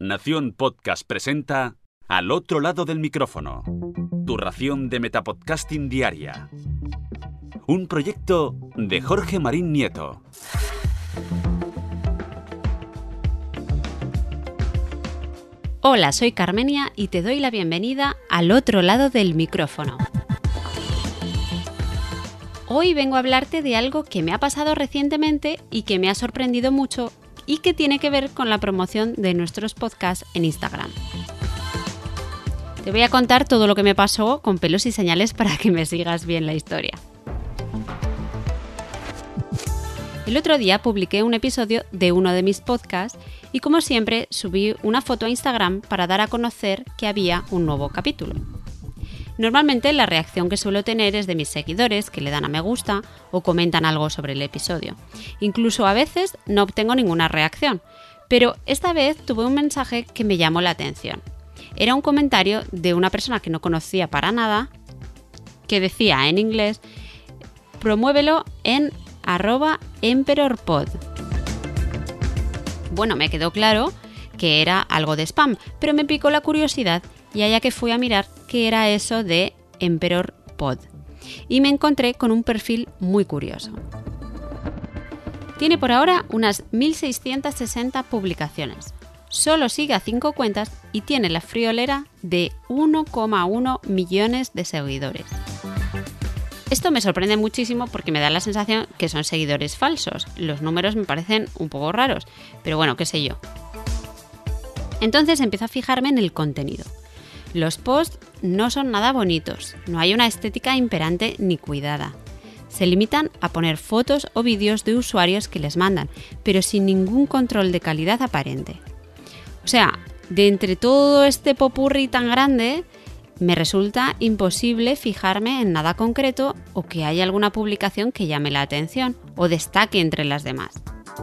Nación Podcast presenta Al otro lado del micrófono, tu ración de metapodcasting diaria. Un proyecto de Jorge Marín Nieto. Hola, soy Carmenia y te doy la bienvenida al otro lado del micrófono. Hoy vengo a hablarte de algo que me ha pasado recientemente y que me ha sorprendido mucho y que tiene que ver con la promoción de nuestros podcasts en Instagram. Te voy a contar todo lo que me pasó con pelos y señales para que me sigas bien la historia. El otro día publiqué un episodio de uno de mis podcasts y, como siempre, subí una foto a Instagram para dar a conocer que había un nuevo capítulo. Normalmente la reacción que suelo tener es de mis seguidores, que le dan a me gusta o comentan algo sobre el episodio. Incluso a veces no obtengo ninguna reacción, pero esta vez tuve un mensaje que me llamó la atención. Era un comentario de una persona que no conocía para nada, que decía en inglés: promuévelo en @emperorpod. Bueno, me quedó claro que era algo de spam, pero me picó la curiosidad y allá que fui a mirar qué era eso de Emperor Pod. Y me encontré con un perfil muy curioso. Tiene por ahora unas 1660 publicaciones. Solo sigue a 5 cuentas y tiene la friolera de 1,1 millones de seguidores. Esto me sorprende muchísimo porque me da la sensación que son seguidores falsos. Los números me parecen un poco raros, pero bueno, qué sé yo. Entonces empiezo a fijarme en el contenido. Los posts no son nada bonitos, no hay una estética imperante ni cuidada. Se limitan a poner fotos o vídeos de usuarios que les mandan, pero sin ningún control de calidad aparente. O sea, de entre todo este popurrí tan grande, me resulta imposible fijarme en nada concreto o que haya alguna publicación que llame la atención o destaque entre las demás.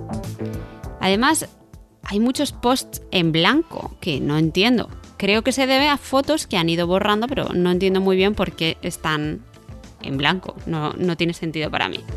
Además, hay muchos posts en blanco que no entiendo. Creo que se debe a fotos que han ido borrando, pero no entiendo muy bien por qué están en blanco. No tiene sentido para mí.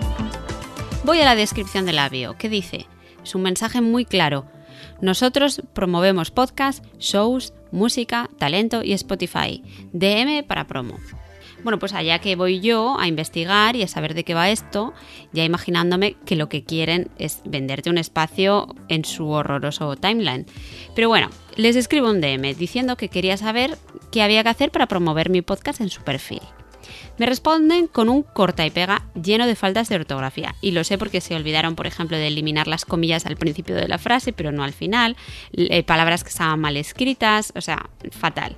Voy a la descripción de la bio. ¿Qué dice? Es un mensaje muy claro. Nosotros promovemos podcasts, shows, música, talento y Spotify. DM para promo. Bueno, pues allá que voy yo a investigar y a saber de qué va esto, ya imaginándome que lo que quieren es venderte un espacio en su horroroso timeline. Pero bueno, les escribo un DM diciendo que quería saber qué había que hacer para promover mi podcast en su perfil. Me responden con un corta y pega lleno de faltas de ortografía. Y lo sé porque se olvidaron, por ejemplo, de eliminar las comillas al principio de la frase, pero no al final. Palabras que estaban mal escritas, o sea, fatal.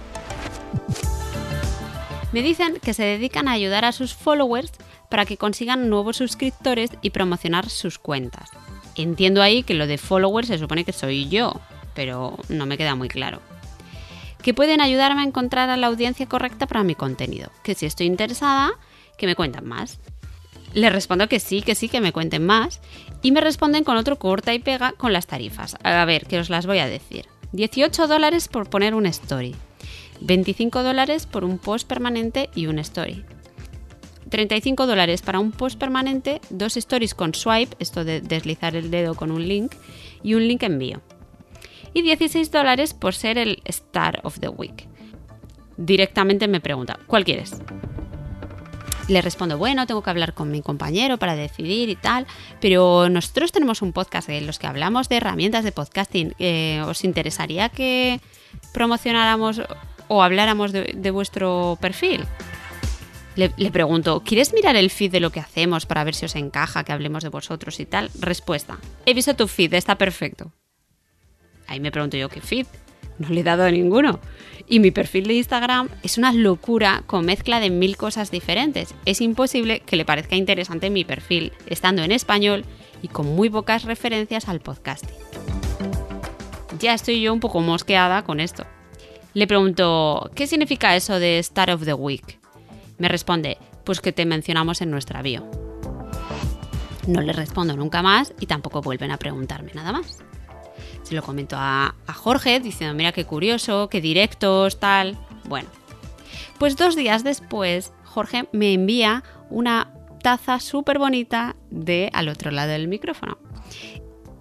Me dicen que se dedican a ayudar a sus followers para que consigan nuevos suscriptores y promocionar sus cuentas. Entiendo ahí que lo de followers se supone que soy yo, pero no me queda muy claro. Que pueden ayudarme a encontrar a la audiencia correcta para mi contenido, que si estoy interesada, que me cuentan más. Les respondo que sí, que me cuenten más, y me responden con otro corta y pega con las tarifas. A ver, que os las voy a decir. $18 por poner un story. $25 por un post permanente y un story. $35 para un post permanente, 2 stories con swipe, esto de deslizar el dedo con un link, y un link envío. Y $16 por ser el Star of the Week. Directamente me pregunta, ¿cuál quieres? Le respondo, bueno, tengo que hablar con mi compañero para decidir y tal, pero nosotros tenemos un podcast en los que hablamos de herramientas de podcasting. ¿Os interesaría que promocionáramos o habláramos de vuestro perfil? Le pregunto, ¿quieres mirar el feed de lo que hacemos para ver si os encaja que hablemos de vosotros y tal? Respuesta, he visto tu feed, está perfecto. Ahí me pregunto yo, ¿qué feed? No le he dado a ninguno. Y mi perfil de Instagram es una locura con mezcla de 1000 cosas diferentes. Es imposible que le parezca interesante mi perfil, estando en español y con muy pocas referencias al podcasting. Ya estoy yo un poco mosqueada con esto. Le pregunto, ¿qué significa eso de Star of the Week? Me responde, pues que te mencionamos en nuestra bio. No le respondo nunca más y tampoco vuelven a preguntarme nada más. Se lo comento a Jorge diciendo, mira qué curioso, qué directos, tal. Bueno, pues 2 días después Jorge me envía una taza súper bonita de Al otro lado del micrófono.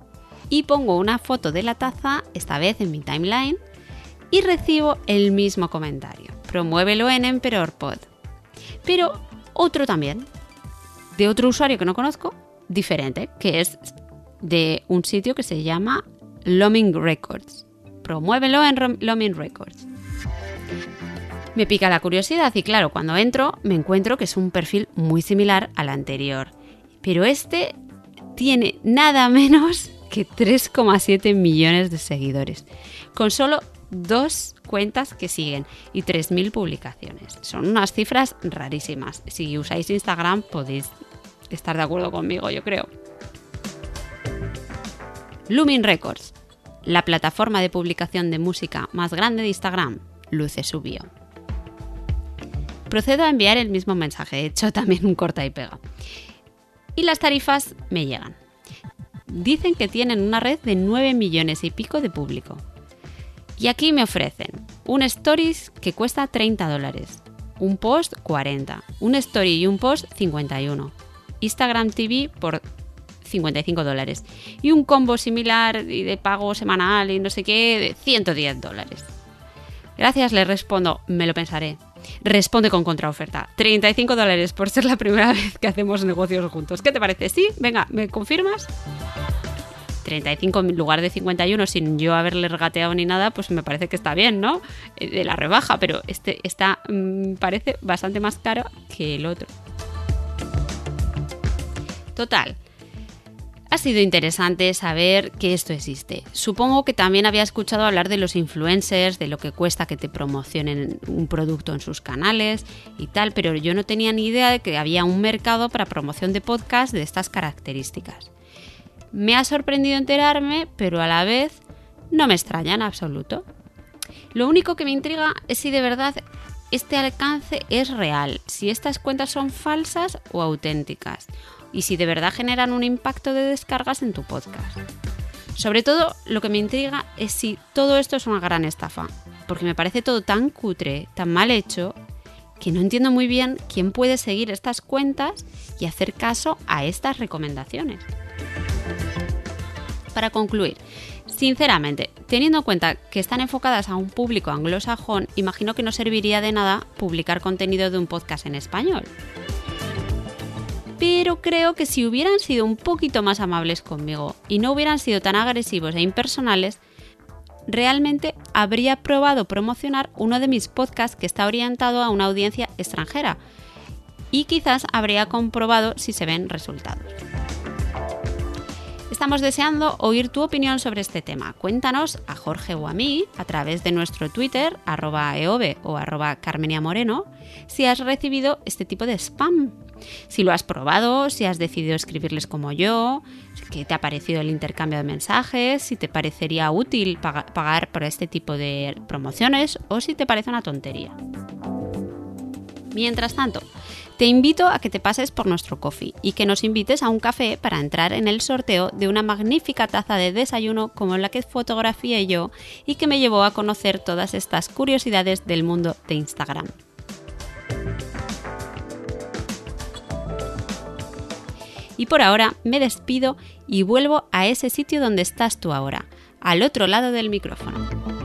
y pongo una foto de la taza, esta vez en mi timeline, y recibo el mismo comentario. Promuévelo en Emperor Pod. Pero otro también, de otro usuario que no conozco, diferente, que es de un sitio que se llama Looming Records. Promuévelo en Looming Records. Me pica la curiosidad y claro, cuando entro me encuentro que es un perfil muy similar al anterior. Pero este tiene nada menos que 3,7 millones de seguidores, con solo 2 cuentas que siguen y 3.000 publicaciones. Son unas cifras rarísimas. Si usáis Instagram podéis estar de acuerdo conmigo, yo creo. Looming Records, la plataforma de publicación de música más grande de Instagram, luce su bio. Procedo a enviar el mismo mensaje, he hecho también un corta y pega. Y las tarifas me llegan. Dicen que tienen una red de 9 millones y pico de público. Y aquí me ofrecen un Stories que cuesta $30, un post 40, un Story y un post 51, Instagram TV por $55 y un combo similar y de pago semanal y no sé qué de $110. Gracias, le respondo, me lo pensaré. Responde con contraoferta, $35 por ser la primera vez que hacemos negocios juntos. ¿Qué te parece? ¿Sí? Venga, ¿me confirmas? 35 en lugar de 51 sin yo haberle regateado ni nada, pues me parece que está bien, ¿no? De la rebaja, pero este parece bastante más caro que el otro. Total. Ha sido interesante saber que esto existe. Supongo que también había escuchado hablar de los influencers, de lo que cuesta que te promocionen un producto en sus canales y tal, pero yo no tenía ni idea de que había un mercado para promoción de podcast de estas características. Me ha sorprendido enterarme, pero a la vez no me extraña en absoluto. Lo único que me intriga es si de verdad este alcance es real, si estas cuentas son falsas o auténticas, y si de verdad generan un impacto de descargas en tu podcast. Sobre todo, lo que me intriga es si todo esto es una gran estafa, porque me parece todo tan cutre, tan mal hecho, que no entiendo muy bien quién puede seguir estas cuentas y hacer caso a estas recomendaciones. Para concluir, sinceramente, teniendo en cuenta que están enfocadas a un público anglosajón, imagino que no serviría de nada publicar contenido de un podcast en español. Pero creo que si hubieran sido un poquito más amables conmigo y no hubieran sido tan agresivos e impersonales, realmente habría probado promocionar uno de mis podcasts que está orientado a una audiencia extranjera y quizás habría comprobado si se ven resultados. Estamos deseando oír tu opinión sobre este tema. Cuéntanos a Jorge o a mí a través de nuestro Twitter, @eove o @carmeniamoreno, si has recibido este tipo de spam. Si lo has probado, si has decidido escribirles como yo, qué te ha parecido el intercambio de mensajes, si te parecería útil pagar por este tipo de promociones o si te parece una tontería. Mientras tanto, te invito a que te pases por nuestro coffee y que nos invites a un café para entrar en el sorteo de una magnífica taza de desayuno como la que fotografié yo y que me llevó a conocer todas estas curiosidades del mundo de Instagram. Y por ahora me despido y vuelvo a ese sitio donde estás tú ahora, al otro lado del micrófono.